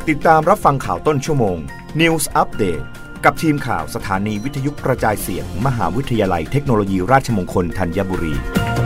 ติดตามรับฟังข่าวต้นชั่วโมง News Update กับทีมข่าวสถานีวิทยุกระจายเสียง มหาวิทยาลัยเทคโนโลยีราชมงคลธัญบุรี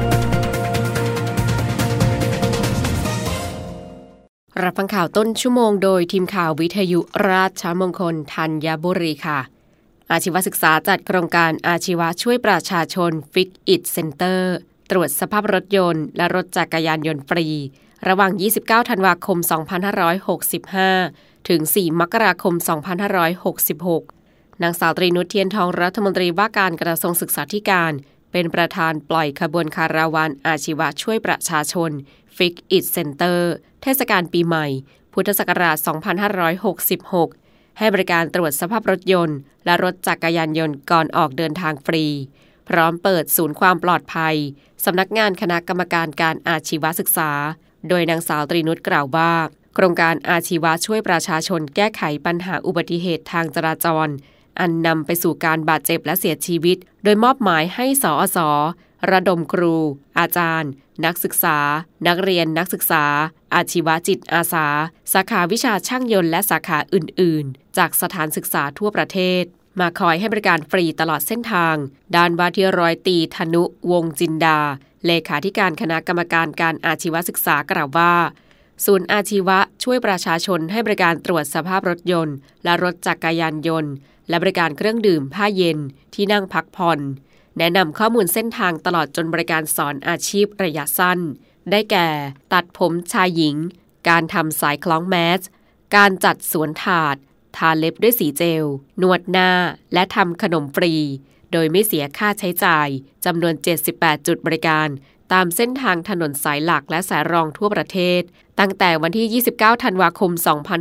รับฟังข่าวต้นชั่วโมงโดยทีมข่าววิทยุราชมงคลธัญบุรีค่ะอาชีวศึกษาจัดโครงการอาชีวะช่วยประชาชน Fix It Center ตรวจสภาพรถยนต์และรถจักรยานยนต์ฟรีระหว่าง29ธันวาคม2565ถึง4มกราคม2566นางสาวตรีนุชเทียนทองรัฐมนตรีว่าการกระทรวงศึกษาธิการเป็นประธานปล่อยขบวนคาราวานอาชีวะช่วยประชาชน Fix It Center เทศกาลปีใหม่พุทธศักราช2566ให้บริการตรวจสภาพรถยนต์และรถจักรยานยนต์ก่อนออกเดินทางฟรีพร้อมเปิดศูนย์ความปลอดภัยสำนักงานคณะกรรมการการอาชีวศึกษาโดยนางสาวตรีนุชกล่าวว่าโครงการอาชีวะช่วยประชาชนแก้ไขปัญหาอุบัติเหตุทางจราจรอันนำไปสู่การบาดเจ็บและเสียชีวิตโดยมอบหมายให้สอส.ระดมครูอาจารย์นักศึกษานักเรียนนักศึกษาอาชีวจิตอาสาสาขาวิชาช่างยนต์และสาขาอื่นๆจากสถานศึกษาทั่วประเทศมาคอยให้บริการฟรีตลอดเส้นทางด้านว่าที่ร้อยตรีธนุวงศ์จินดาเลขาธิการคณะกรรมการการอาชีวศึกษากล่าวว่าศูนย์อาชีวะช่วยประชาชนให้บริการตรวจสภาพรถยนต์และรถจักรยานยนต์และบริการเครื่องดื่มผ้าเย็นที่นั่งพักผ่อนแนะนำข้อมูลเส้นทางตลอดจนบริการสอนอาชีพระยะสั้นได้แก่ตัดผมชายหญิงการทำสายคล้องแมสการจัดสวนถาดทาเล็บด้วยสีเจลนวดหน้าและทำขนมฟรีโดยไม่เสียค่าใช้จ่ายจำนวน78จุดบริการตามเส้นทางถนนสายหลักและสายรองทั่วประเทศตั้งแต่วันที่29ธันวาคม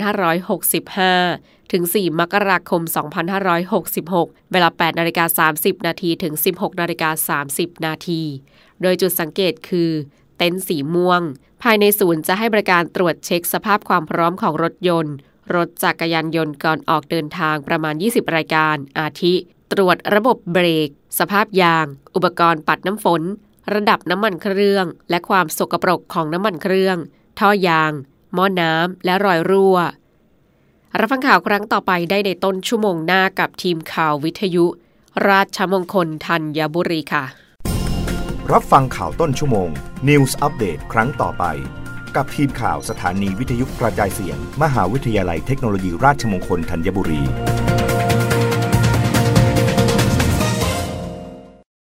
2565ถึง4มกราคม2566เวลา 8:30 น.ถึง 16:30 น.โดยจุดสังเกตคือเต็นท์สีม่วงภายในศูนย์จะให้บริการตรวจเช็คสภาพความพร้อมของรถยนต์รถจักรยานยนต์ก่อนออกเดินทางประมาณ20รายการอาทิตรวจระบบเบรกสภาพยางอุปกรณ์ปัดน้ำฝนระดับน้ำมันเครื่องและความสกปรกของน้ำมันเครื่องท่อยางหม้อน้ำและรอยรั่วรับฟังข่าวครั้งต่อไปได้ในต้นชั่วโมงหน้ากับทีมข่าววิทยุราชมงคลธัญบุรีค่ะรับฟังข่าวต้นชั่วโมง News Update ครั้งต่อไปกับทีมข่าวสถานีวิทยุกระจายเสียง มหาวิทยาลัยเทคโนโลยีราชมงคลธัญบุรี